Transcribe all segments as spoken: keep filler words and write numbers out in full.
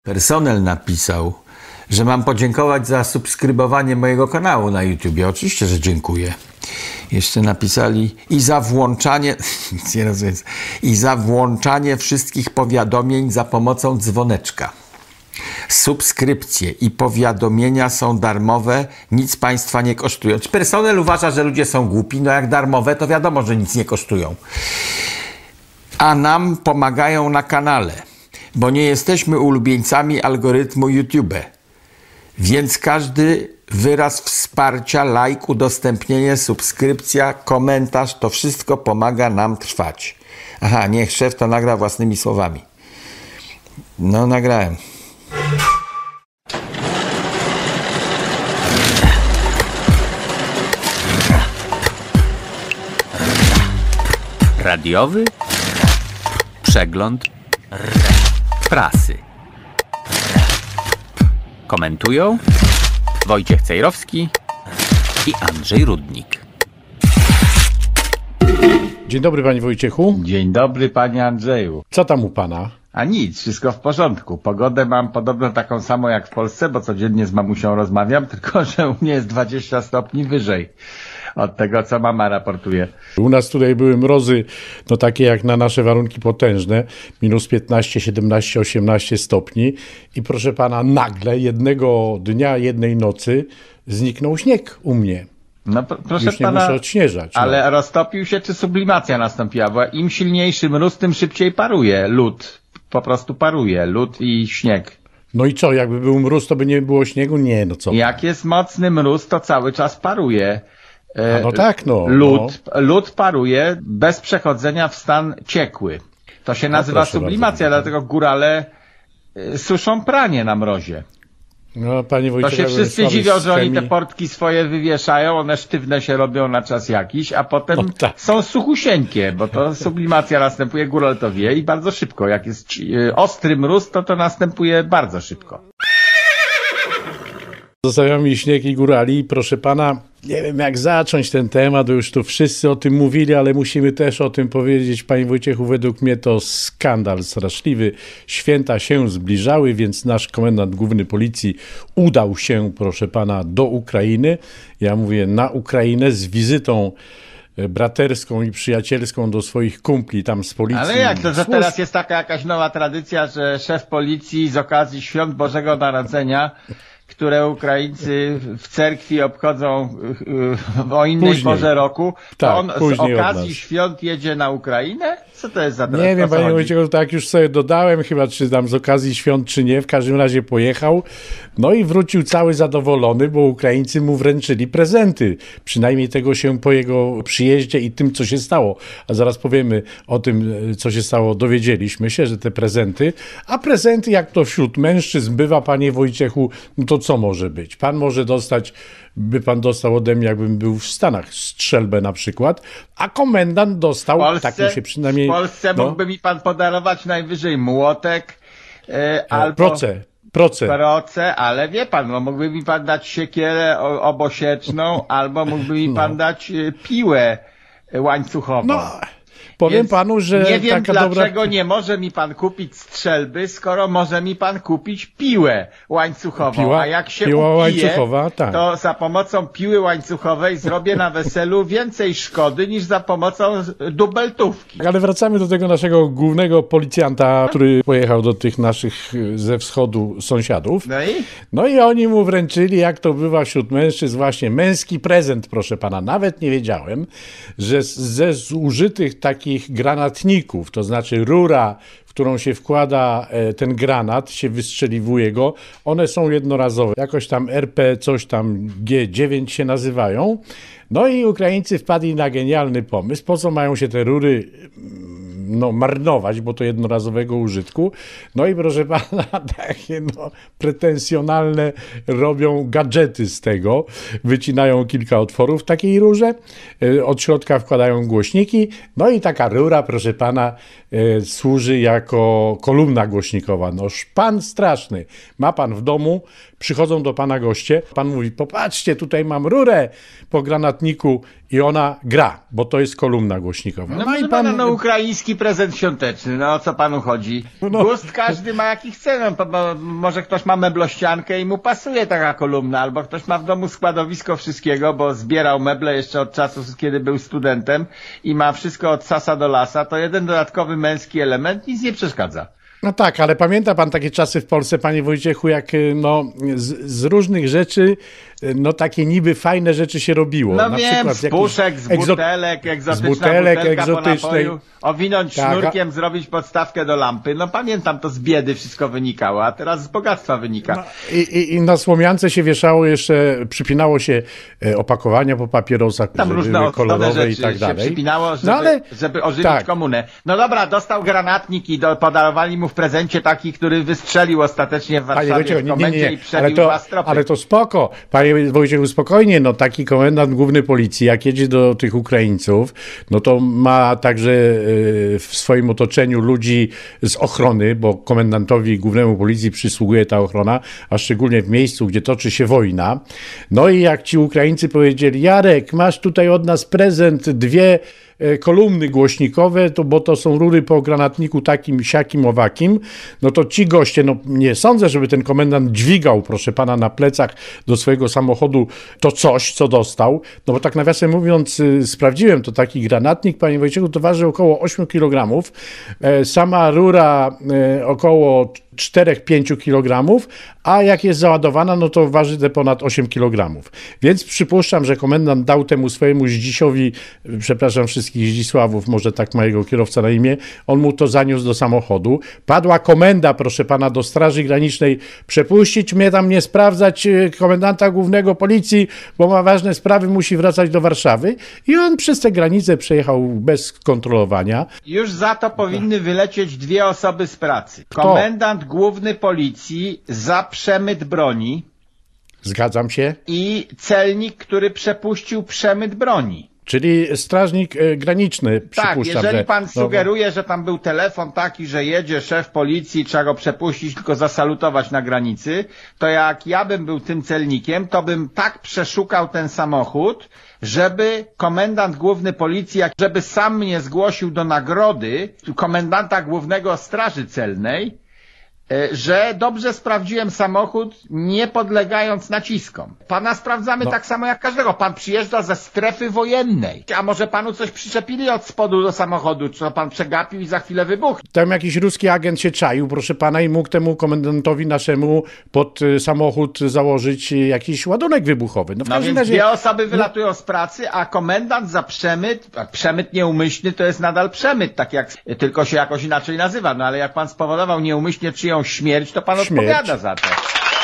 Personel napisał, że mam podziękować za subskrybowanie mojego kanału na YouTubie. Oczywiście, że dziękuję. Jeszcze napisali i za włączanie nic nie rozumiem, i za włączanie wszystkich powiadomień za pomocą dzwoneczka. Subskrypcje i powiadomienia są darmowe, nic państwa nie kosztują. Czy personel uważa, że ludzie są głupi? No jak darmowe, to wiadomo, że nic nie kosztują. A nam pomagają na kanale, bo nie jesteśmy ulubieńcami algorytmu YouTube. Więc każdy wyraz wsparcia, like, udostępnienie, subskrypcja, komentarz, to wszystko pomaga nam trwać. Aha, niech szef to nagra własnymi słowami. No, nagrałem. Radiowy przegląd prasy. Komentują Wojciech Cejrowski i Andrzej Rudnik. Dzień dobry, panie Wojciechu. Dzień dobry, panie Andrzeju. Co tam u pana? A nic, wszystko w porządku. Pogodę mam podobno taką samą jak w Polsce, bo codziennie z mamusią rozmawiam, tylko że u mnie jest dwadzieścia stopni wyżej od tego, co mama raportuje. U nas tutaj były mrozy, no takie jak na nasze warunki potężne, minus piętnaście, siedemnaście, osiemnaście stopni i proszę pana, nagle jednego dnia, jednej nocy zniknął śnieg u mnie. No proszę Już nie pana, muszę odśnieżać. No. Ale roztopił się, czy sublimacja nastąpiła? Bo im silniejszy mróz, tym szybciej paruje lód. Po prostu paruje lód i śnieg. No i co, jakby był mróz, to by nie było śniegu? Nie, no co? Jak jest mocny mróz, to cały czas paruje. A no tak, no. Lód, no. Lód paruje bez przechodzenia w stan ciekły. To się nazywa no, sublimacja, bardzo. Dlatego górale suszą pranie na mrozie. No, panie Wojciech, to się wszyscy dziwią, że oni te portki swoje wywieszają, one sztywne się robią na czas jakiś, a potem no tak. są suchusieńkie, bo to sublimacja następuje, góral to wie i bardzo szybko. Jak jest ostry mróz, to to następuje bardzo szybko. Zostawiam mi śnieg i górali. Proszę pana, nie wiem jak zacząć ten temat, bo już tu wszyscy o tym mówili, ale musimy też o tym powiedzieć. Panie Wojciechu, według mnie to skandal straszliwy. Święta się zbliżały, więc nasz komendant główny policji udał się, proszę pana, do Ukrainy. Ja mówię na Ukrainę z wizytą braterską i przyjacielską do swoich kumpli tam z policji. Ale jak to, że teraz jest taka jakaś nowa tradycja, że szef policji z okazji świąt Bożego Narodzenia, które Ukraińcy w cerkwi obchodzą o innej później. porze roku, to tak, on z okazji świąt jedzie na Ukrainę? Co to jest za Nie to wiem, panie Wojciechu, tak już sobie dodałem, chyba czy tam z okazji świąt, czy nie, w każdym razie pojechał, no i wrócił cały zadowolony, bo Ukraińcy mu wręczyli prezenty. Przynajmniej tego się po jego przyjeździe i tym, co się stało. A zaraz powiemy o tym, co się stało, dowiedzieliśmy się, że te prezenty, a prezenty, jak to wśród mężczyzn bywa, panie Wojciechu, no to co może być? Pan może dostać, by pan dostał ode mnie, jakbym był w Stanach, strzelbę na przykład, a komendant dostał, Polsce, tak mi się przynajmniej... W Polsce no, mógłby mi pan podarować najwyżej młotek, e, albo... Proce. Proce. Proce, ale wie pan, no mógłby mi pan dać siekierę obosieczną, albo mógłby mi pan no. dać piłę łańcuchową. No. Powiem Więc panu, że nie wiem taka dlaczego dobra... nie może mi pan kupić strzelby, skoro może mi pan kupić piłę łańcuchową. Piła, a jak się piła upije, łańcuchowa, tak. to za pomocą piły łańcuchowej zrobię na weselu więcej szkody niż za pomocą dubeltówki. Ale wracamy do tego naszego głównego policjanta, który pojechał do tych naszych ze wschodu sąsiadów. No i? No i oni mu wręczyli, jak to bywa wśród mężczyzn, właśnie męski prezent, proszę pana. Nawet nie wiedziałem, że ze zużytych takich granatników, to znaczy rura, w którą się wkłada ten granat, się wystrzeliwuje go, one są jednorazowe. Jakoś tam R P, coś tam G dziewięć się nazywają. No i Ukraińcy wpadli na genialny pomysł, po co mają się te rury no, marnować, bo to jednorazowego użytku. No i proszę pana, takie no, pretensjonalne robią gadżety z tego. Wycinają kilka otworów w takiej rurze, od środka wkładają głośniki, no i taka rura, proszę pana, e, służy jako kolumna głośnikowa. No szpan straszny. Ma pan w domu przychodzą do pana goście, pan mówi, popatrzcie, tutaj mam rurę po granatniku i ona gra, bo to jest kolumna głośnikowa. No, no i pan... no ukraiński prezent świąteczny, no o co panu chodzi? No. Gust każdy ma jaki chce, no, bo może ktoś ma meblościankę i mu pasuje taka kolumna, albo ktoś ma w domu składowisko wszystkiego, bo zbierał meble jeszcze od czasu, kiedy był studentem i ma wszystko od sasa do lasa, to jeden dodatkowy męski element nic nie przeszkadza. No tak, ale pamięta pan takie czasy w Polsce, panie Wojciechu, jak no, z, z różnych rzeczy, no takie niby fajne rzeczy się robiło. No na wiem, przykład z puszek, z butelek, egzotyczna z butelek butelka egzotycznej. po napoju, owinąć tak, sznurkiem, a... zrobić podstawkę do lampy. No pamiętam, to z biedy wszystko wynikało, a teraz z bogactwa wynika. No, i, i, I na słomiance się wieszało jeszcze, przypinało się opakowania po papierosach, tam które różne były kolorowe rzeczy i tak dalej. się przypinało, żeby, no, ale... żeby ożywić tak. komunę. No dobra, dostał granatnik i do, podarowali mu w prezencie taki, który wystrzelił ostatecznie w Warszawie Wojciechu, w komendzie nie, nie, nie. i przebił dwa stropy. Ale to spoko, panie Wojciechu, spokojnie, no taki komendant główny policji, jak jedzie do tych Ukraińców, no to ma także w swoim otoczeniu ludzi z ochrony, bo komendantowi głównemu policji przysługuje ta ochrona, a szczególnie w miejscu, gdzie toczy się wojna. No i jak ci Ukraińcy powiedzieli, Jarek, masz tutaj od nas prezent, dwie kolumny głośnikowe, to, bo to są rury po granatniku takim, siakim, owakim, no to ci goście, no nie sądzę, żeby ten komendant dźwigał, proszę pana, na plecach do swojego samochodu to coś, co dostał, no bo tak nawiasem mówiąc, y, sprawdziłem, to taki granatnik, panie Wojciechu, to waży około osiem kilogramów, e, sama rura e, około cztery do pięciu kilogramów, a jak jest załadowana, no to waży te ponad osiem kilogramów. Więc przypuszczam, że komendant dał temu swojemu Zdzisiowi, przepraszam wszystkich Zdzisławów, może tak ma jego kierowca na imię, on mu to zaniósł do samochodu. Padła komenda, proszę pana, do Straży Granicznej, przepuścić mnie tam, nie sprawdzać komendanta głównego policji, bo ma ważne sprawy, musi wracać do Warszawy. I on przez tę granicę przejechał bez kontrolowania. Już za to powinny wylecieć dwie osoby z pracy. Komendant główny policji za przemyt broni. Zgadzam się. I celnik, który przepuścił przemyt broni. Czyli strażnik graniczny, przypuszczam, tak, jeżeli że... pan sugeruje, że tam był telefon taki, że jedzie szef policji, trzeba go przepuścić, tylko zasalutować na granicy, to jak ja bym był tym celnikiem, to bym tak przeszukał ten samochód, żeby komendant główny policji, żeby sam mnie zgłosił do nagrody komendanta głównego Straży Celnej, że dobrze sprawdziłem samochód, nie podlegając naciskom. Pana sprawdzamy no. tak samo jak każdego. Pan przyjeżdża ze strefy wojennej. A może panu coś przyczepili od spodu do samochodu, czy to pan przegapił i za chwilę wybuchł? Tam jakiś ruski agent się czaił, proszę pana, i mógł temu komendantowi naszemu pod samochód założyć jakiś ładunek wybuchowy. No, w no więc razie... dwie osoby wylatują no. z pracy, a komendant za przemyt, a przemyt nieumyślny to jest nadal przemyt, tak jak tylko się jakoś inaczej nazywa. No ale jak pan spowodował nieumyślnie czyjąś śmierć, to pan śmierć. odpowiada za to.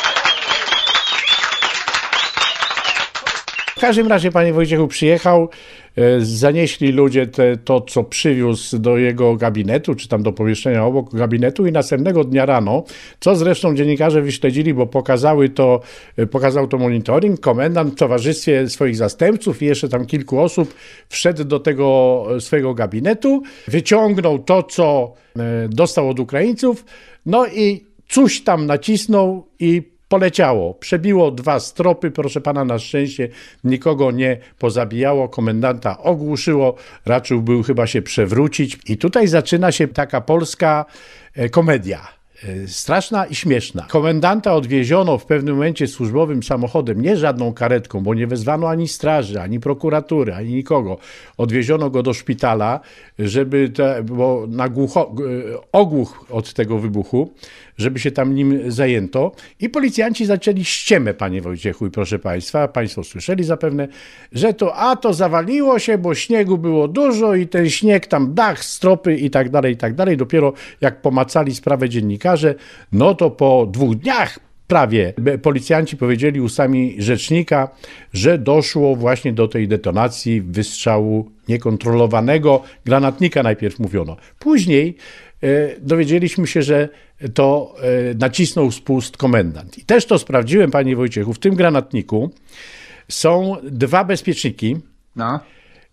W każdym razie, panie Wojciechu, przyjechał, zanieśli ludzie te, to, co przywiózł do jego gabinetu, czy tam do pomieszczenia obok gabinetu i następnego dnia rano, co zresztą dziennikarze wyśledzili, bo pokazały to, pokazał to monitoring, komendant w towarzystwie swoich zastępców i jeszcze tam kilku osób wszedł do tego swojego gabinetu, wyciągnął to, co dostał od Ukraińców, no i coś tam nacisnął i poleciało. Przebiło dwa stropy, proszę pana, na szczęście nikogo nie pozabijało, komendanta ogłuszyło, raczył był chyba się przewrócić. I tutaj zaczyna się taka polska komedia. Straszna i śmieszna. Komendanta odwieziono w pewnym momencie służbowym samochodem, nie żadną karetką, bo nie wezwano ani straży, ani prokuratury, ani nikogo. Odwieziono go do szpitala, żeby, te, bo na głucho, ogłuch od tego wybuchu, żeby się tam nim zajęto. I policjanci zaczęli ściemę, panie Wojciechu i proszę państwa, państwo słyszeli zapewne, że to a to zawaliło się, bo śniegu było dużo i ten śnieg tam dach, stropy i tak dalej, i tak dalej. Dopiero jak pomacali sprawę dziennikarze, no to po dwóch dniach prawie policjanci powiedzieli ustami rzecznika, że doszło właśnie do tej detonacji wystrzału niekontrolowanego granatnika, najpierw mówiono. Później e, dowiedzieliśmy się, że to e, nacisnął spust komendant. I też to sprawdziłem, panie Wojciechu, w tym granatniku są dwa bezpieczniki, no.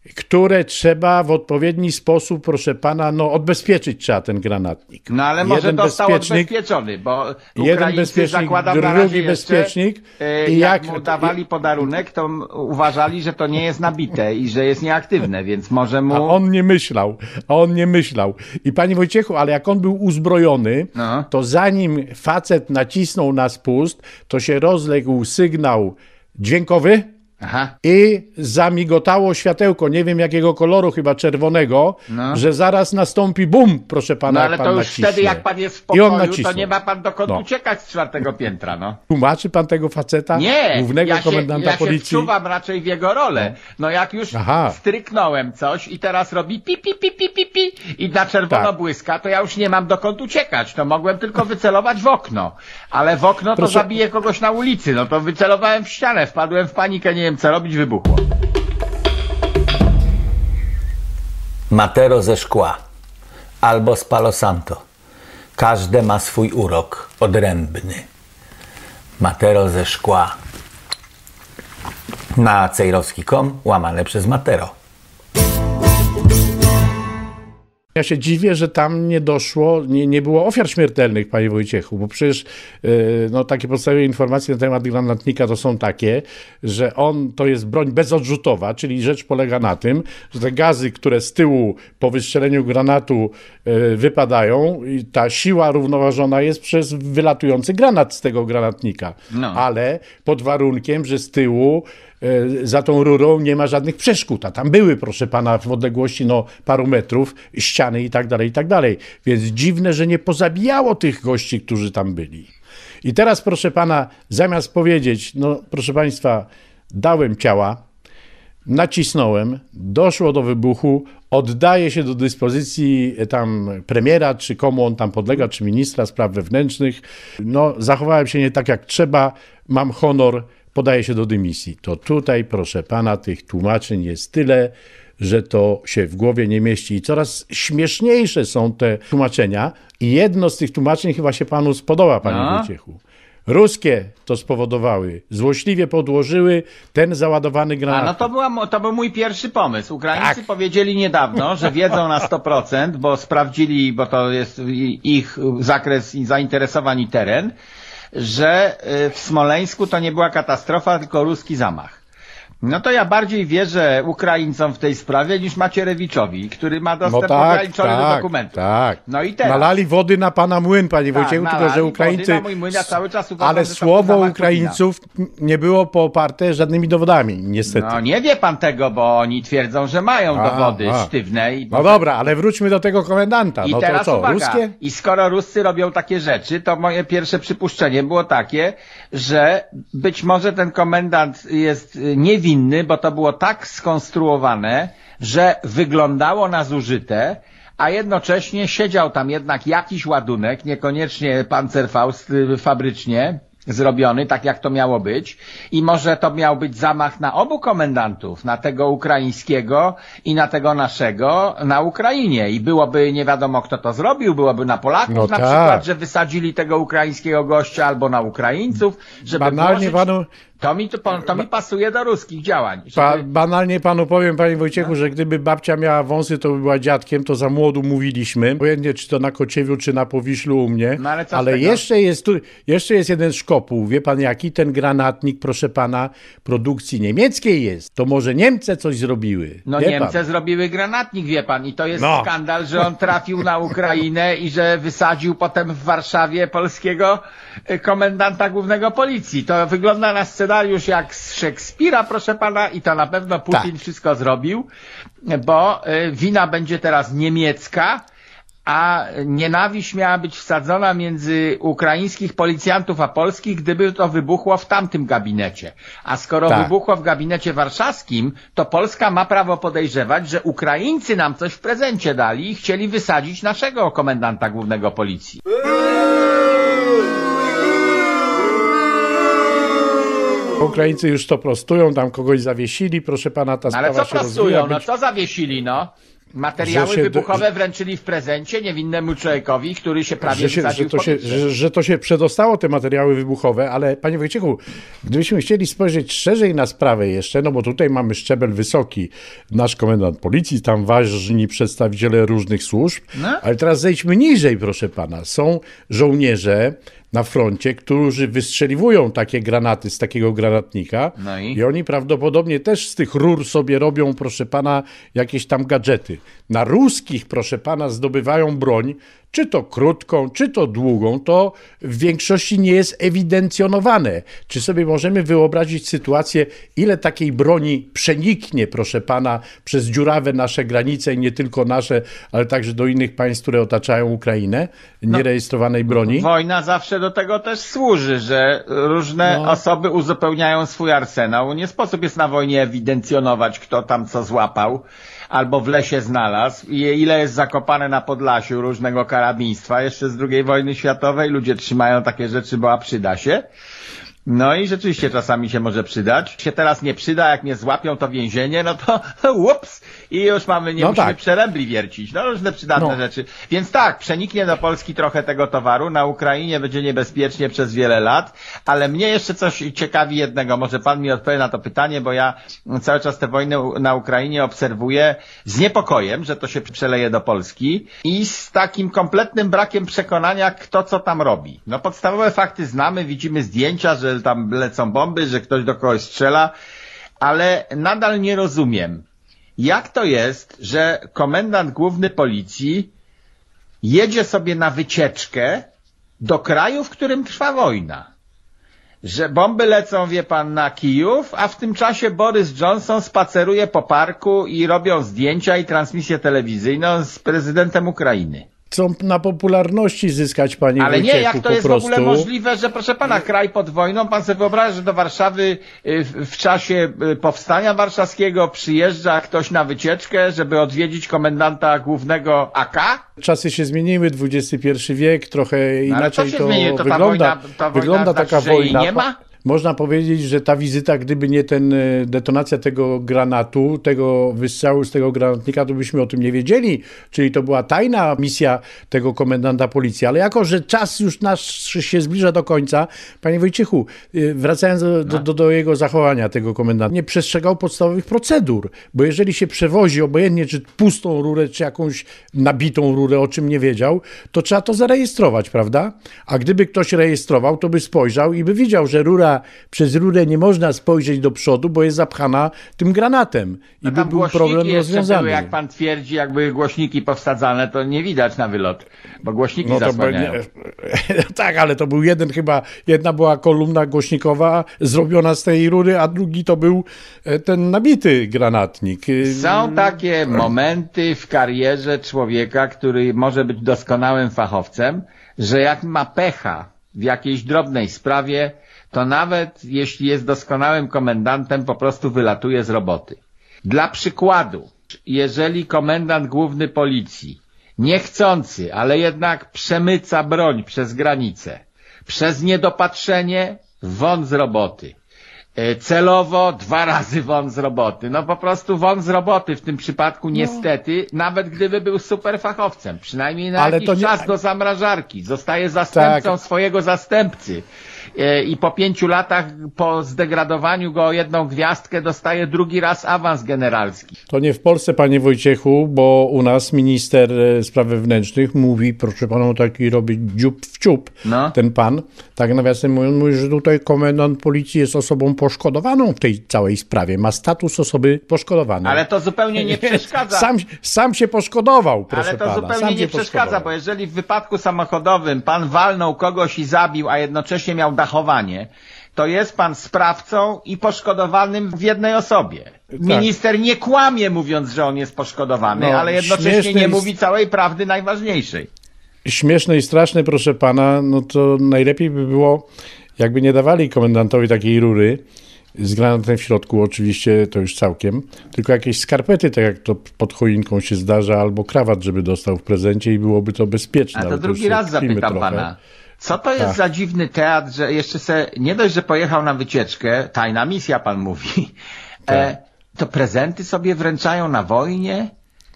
które trzeba w odpowiedni sposób, proszę pana, no odbezpieczyć trzeba ten granatnik. No ale może jeden dostał bezpiecznik, odbezpieczony, bo jeden bezpiecznik, zakładam na drugi razie bezpiecznik. jeszcze, I jak, jak mu dawali podarunek, to uważali, że to nie jest nabite i że jest nieaktywne, więc może mu... A on nie myślał, a on nie myślał. I panie Wojciechu, ale jak on był uzbrojony, No. to zanim facet nacisnął na spust, to się rozległ sygnał dźwiękowy, Aha. i zamigotało światełko, nie wiem jakiego koloru, chyba czerwonego, No. że zaraz nastąpi bum, proszę pana, No jak ale pan to już naciśnie. wtedy, jak pan jest w I on pokoju, to nacisnął. nie ma pan dokąd No. uciekać z czwartego piętra, no. Tłumaczy pan tego faceta? Nie, Głównego ja się, komendanta ja się policji? wczuwam raczej w jego rolę. No jak już Aha. stryknąłem coś i teraz robi pi, pi, pi, pi, pi, pi i na czerwono Tak. błyska, to ja już nie mam dokąd uciekać. To mogłem tylko wycelować w okno. Ale w okno to Proszę- zabije kogoś na ulicy. No to wycelowałem w ścianę, wpadłem w panikę, nie wiem co robić, wybuchło. Matero ze szkła albo z Palo Santo. Każde ma swój urok odrębny. Matero ze szkła. Na cejrowski kropka com łamane przez Matero. Ja się dziwię, że tam nie doszło, nie, nie było ofiar śmiertelnych, panie Wojciechu, bo przecież yy, no, takie podstawowe informacje na temat granatnika to są takie, że on to jest broń bezodrzutowa, czyli rzecz polega na tym, że te gazy, które z tyłu po wystrzeleniu granatu yy, wypadają, i ta siła równoważona jest przez wylatujący granat z tego granatnika, No. ale pod warunkiem, że z tyłu za tą rurą nie ma żadnych przeszkód, a tam były, proszę pana, w odległości no, paru metrów ściany i tak dalej, i tak dalej. Więc dziwne, że nie pozabijało tych gości, którzy tam byli. I teraz, proszę pana, zamiast powiedzieć, no proszę państwa, dałem ciała, nacisnąłem, doszło do wybuchu, oddaje się do dyspozycji tam premiera, czy komu on tam podlega, czy ministra spraw wewnętrznych. No, zachowałem się nie tak jak trzeba, mam honor, podaje się do dymisji. To tutaj, proszę pana, tych tłumaczeń jest tyle, że to się w głowie nie mieści. I coraz śmieszniejsze są te tłumaczenia. I jedno z tych tłumaczeń chyba się panu spodoba, panie No. Wojciechu. Ruskie to spowodowały. Złośliwie podłożyły ten załadowany A granat. no to, była, mo- to był mój pierwszy pomysł. Ukraińcy Tak. powiedzieli niedawno, że wiedzą na sto procent, bo sprawdzili, bo to jest i- ich zakres i zainteresowań i teren, że y, w Smoleńsku to nie była katastrofa, tylko ruski zamach. No to ja bardziej wierzę Ukraińcom w tej sprawie niż Macierewiczowi, który ma No dostęp tak, ograniczony do tak, dokumentów. tak. No i teraz. Nalali wody na pana młyn, panie Tak, Wojciechu, tylko nalali że wody Ukraińcy... na mój młyn, ja cały czas uważam, ale że to słowo był zamach Ukraińców nie było poparte żadnymi dowodami, niestety. No nie wie pan tego, bo oni twierdzą, że mają A, dowody a. sztywne. I No dobra, ale wróćmy do tego komendanta. I No to teraz co, uwaga, ruskie? i skoro Ruscy robią takie rzeczy, to moje pierwsze przypuszczenie było takie, że być może ten komendant jest y, niewinny, bo to było tak skonstruowane, że wyglądało na zużyte, a jednocześnie siedział tam jednak jakiś ładunek, niekoniecznie Panzerfaust y, fabrycznie zrobiony, tak jak to miało być. I może to miał być zamach na obu komendantów, na tego ukraińskiego i na tego naszego na Ukrainie. I byłoby nie wiadomo kto to zrobił, byłoby na Polaków No na tak. przykład, że wysadzili tego ukraińskiego gościa, albo na Ukraińców, żeby Banalnie włożyć... panu, To mi, to, to mi pasuje do ruskich działań. pa, Żeby... banalnie panu powiem, panie Wojciechu, że gdyby babcia miała wąsy, to by była dziadkiem, to za młodu mówiliśmy. Obojętnie czy to na Kociewiu, czy na Powiślu u mnie. No ale co z ale tego? jeszcze jest tu, jeszcze jest jeden szkopuł. Wie pan jaki? Ten granatnik, proszę pana, produkcji niemieckiej jest. To może Niemcy coś zrobiły. No Wie Niemcy pan? zrobiły granatnik, wie pan, i to jest No. skandal, że on trafił na Ukrainę i że wysadził potem w Warszawie polskiego y, komendanta głównego policji. To wygląda na scenariusz jak z Szekspira, proszę pana, i to na pewno Putin Tak. wszystko zrobił, bo y, wina będzie teraz niemiecka, a nienawiść miała być wsadzona między ukraińskich policjantów a polskich, gdyby to wybuchło w tamtym gabinecie. A skoro Tak. wybuchło w gabinecie warszawskim, to Polska ma prawo podejrzewać, że Ukraińcy nam coś w prezencie dali i chcieli wysadzić naszego komendanta głównego policji. Ukraińcy już to prostują, tam kogoś zawiesili, proszę pana, ta Ale sprawa co się prostują? rozwija. No Być... co zawiesili, no? Materiały że się, wybuchowe wręczyli w prezencie niewinnemu człowiekowi, który się prawie że, się, wysadził że, to w się, powietrze. że, że to się przedostało, te materiały wybuchowe, ale panie Wojciechu, gdybyśmy chcieli spojrzeć szerzej na sprawę jeszcze, no bo tutaj mamy szczebel wysoki, nasz komendant policji, tam ważni przedstawiciele różnych służb, No. ale teraz zejdźmy niżej, proszę pana. Są żołnierze na froncie, którzy wystrzeliwują takie granaty z takiego granatnika No i? i oni prawdopodobnie też z tych rur sobie robią, proszę pana, jakieś tam gadżety. Na ruskich, proszę pana, zdobywają broń, czy to krótką, czy to długą, to w większości nie jest ewidencjonowane. Czy sobie możemy wyobrazić sytuację, ile takiej broni przeniknie, proszę pana, przez dziurawe nasze granice i nie tylko nasze, ale także do innych państw, które otaczają Ukrainę, nierejestrowanej broni? Wojna zawsze do tego też służy, że różne No. osoby uzupełniają swój arsenał. Nie sposób jest na wojnie ewidencjonować, kto tam co złapał albo w lesie znalazł i ile jest zakopane na Podlasiu różnego karabinstwa. Jeszcze z drugiej wojny światowej ludzie trzymają takie rzeczy, bo a przyda się. No i rzeczywiście czasami się może przydać. Się teraz nie przyda, jak nie złapią, to więzienie, no to ups i już mamy, nie No musimy tak. przerębli wiercić. No różne przydatne No. rzeczy. Więc tak, przeniknie do Polski trochę tego towaru, na Ukrainie będzie niebezpiecznie przez wiele lat, ale mnie jeszcze coś ciekawi jednego, może pan mi odpowie na to pytanie, bo ja cały czas tę wojnę na Ukrainie obserwuję z niepokojem, że to się przeleje do Polski i z takim kompletnym brakiem przekonania, kto co tam robi. No podstawowe fakty znamy, widzimy zdjęcia, że tam lecą bomby, że ktoś do kogoś strzela, ale nadal nie rozumiem, jak to jest, że komendant główny policji jedzie sobie na wycieczkę do kraju, w którym trwa wojna. Że bomby lecą, wie pan, na Kijów, a w tym czasie Boris Johnson spaceruje po parku i robią zdjęcia i transmisję telewizyjną z prezydentem Ukrainy. Chcą na popularności zyskać, panie Ale Wojciechu, nie, jak to po jest prostu. w ogóle możliwe, że proszę pana, kraj pod wojną, pan sobie wyobraża, że do Warszawy y, w, w czasie y, powstania warszawskiego przyjeżdża ktoś na wycieczkę, żeby odwiedzić komendanta głównego A K? Czasy się zmieniły, dwudziesty pierwszy wiek, trochę No, ale inaczej co się to zmieni? To ta wygląda. wojna, ta wojna wygląda znaczy, taka że jej wojna. nie ma? Można powiedzieć, że ta wizyta, gdyby nie ten e, detonacja tego granatu, tego wystrzału z tego granatnika, to byśmy o tym nie wiedzieli. Czyli to była tajna misja tego komendanta policji. Ale jako, że czas już nasz się zbliża do końca, panie Wojciechu, e, wracając do, do, do, do jego zachowania, tego komendanta, nie przestrzegał podstawowych procedur. Bo jeżeli się przewozi, obojętnie czy pustą rurę, czy jakąś nabitą rurę, o czym nie wiedział, to trzeba to zarejestrować, prawda? A gdyby ktoś rejestrował, to by spojrzał i by widział, że rura przez rurę nie można spojrzeć do przodu, bo jest zapchana tym granatem. I No by tam był głośniki problem jeszcze rozwiązany. były, jak pan twierdzi, jak były głośniki powsadzane, to nie widać na wylot, bo głośniki No to zasłaniają. będzie, tak, ale to był jeden chyba, jedna była kolumna głośnikowa zrobiona z tej rury, a drugi to był e, ten nabity granatnik. Są takie momenty w karierze człowieka, który może być doskonałym fachowcem, że jak ma pecha w jakiejś drobnej sprawie, to nawet jeśli jest doskonałym komendantem, po prostu wylatuje z roboty. Dla przykładu, jeżeli komendant główny policji, niechcący, ale jednak przemyca broń przez granicę, przez niedopatrzenie won z roboty, celowo dwa razy won z roboty, no po prostu won z roboty w tym przypadku niestety, nawet gdyby był super fachowcem, przynajmniej na Ale jakiś to nie- czas do zamrażarki, zostaje zastępcą Tak. swojego zastępcy. I po pięciu latach po zdegradowaniu go o jedną gwiazdkę dostaje drugi raz awans generalski. To nie w Polsce, panie Wojciechu, bo u nas minister e, spraw wewnętrznych mówi, proszę pana, taki robi dziób w ciup, No. ten pan, tak nawiasem mówiąc, mówi, że tutaj komendant policji jest osobą poszkodowaną w tej całej sprawie, ma status osoby poszkodowanej. Ale to zupełnie nie przeszkadza. Sam, sam się poszkodował, proszę Ale to pana. zupełnie sam nie się przeszkadza, poszkodował. bo jeżeli w wypadku samochodowym pan walnął kogoś i zabił, a jednocześnie miał dachowanie, to jest pan sprawcą i poszkodowanym w jednej osobie. Minister nie kłamie, mówiąc, że on jest poszkodowany, No, ale jednocześnie śmieszne nie jest- mówi całej prawdy najważniejszej. Śmieszne i straszne, proszę pana, no to najlepiej by było, jakby nie dawali komendantowi takiej rury, z granatem w środku oczywiście, to już całkiem, tylko jakieś skarpety, tak jak to pod choinką się zdarza, albo krawat, żeby dostał w prezencie i byłoby to bezpieczne. A ale to już drugi się raz kpimy zapytam trochę. pana. Co to jest Tak. za dziwny teatr, że jeszcze se, nie dość, że pojechał na wycieczkę, tajna misja pan mówi, e, to prezenty sobie wręczają na wojnie?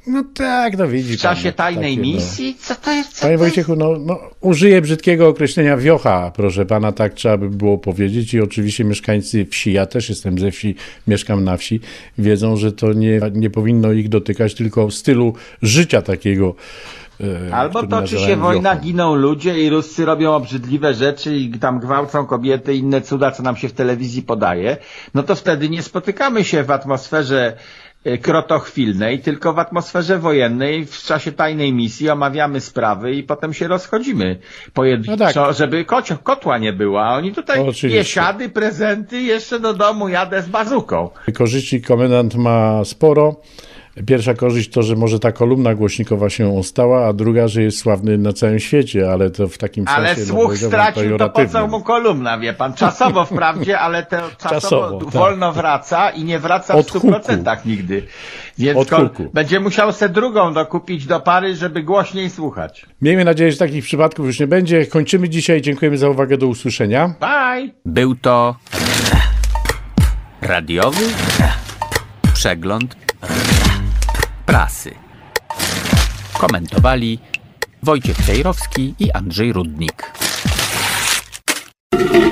No tak, no widzi W czasie pan, tajnej takie, misji? Co to jest? Co Panie to jest? Wojciechu, no, no użyję brzydkiego określenia wiocha, proszę pana, tak trzeba by było powiedzieć i oczywiście mieszkańcy wsi, ja też jestem ze wsi, mieszkam na wsi, wiedzą, że to nie, nie powinno ich dotykać, tylko stylu życia takiego. e, Albo który toczy się nazywają wojna, wiochem. giną ludzie i Ruscy robią obrzydliwe rzeczy i tam gwałcą kobiety, inne cuda, co nam się w telewizji podaje, no to wtedy nie spotykamy się w atmosferze e, krotochwilnej, tylko w atmosferze wojennej, w czasie tajnej misji omawiamy sprawy i potem się rozchodzimy pojedynczo, No tak. żeby kocio, kotła nie było, a oni tutaj Oczywiście. biesiady, prezenty, jeszcze do domu jadę z bazuką. Korzyści komendant ma sporo. Pierwsza korzyść to, że może ta kolumna głośnikowa się ostała, a druga, że jest sławny na całym świecie, ale to w takim Ale sensie... słuch powiedziałbym, stracił, to po co pejoratywnym. mu kolumna, wie pan? Czasowo wprawdzie, ale to czasowo, Czasowo, tak. wolno wraca i nie wraca Od w stu procentach nigdy. Więc Od kol- huku. będzie musiał se drugą dokupić do pary, żeby głośniej słuchać. Miejmy nadzieję, że takich przypadków już nie będzie. Kończymy dzisiaj. Dziękujemy za uwagę. Do usłyszenia. Bye! Był to radiowy przegląd prasy. Komentowali Wojciech Cejrowski i Andrzej Rudnik.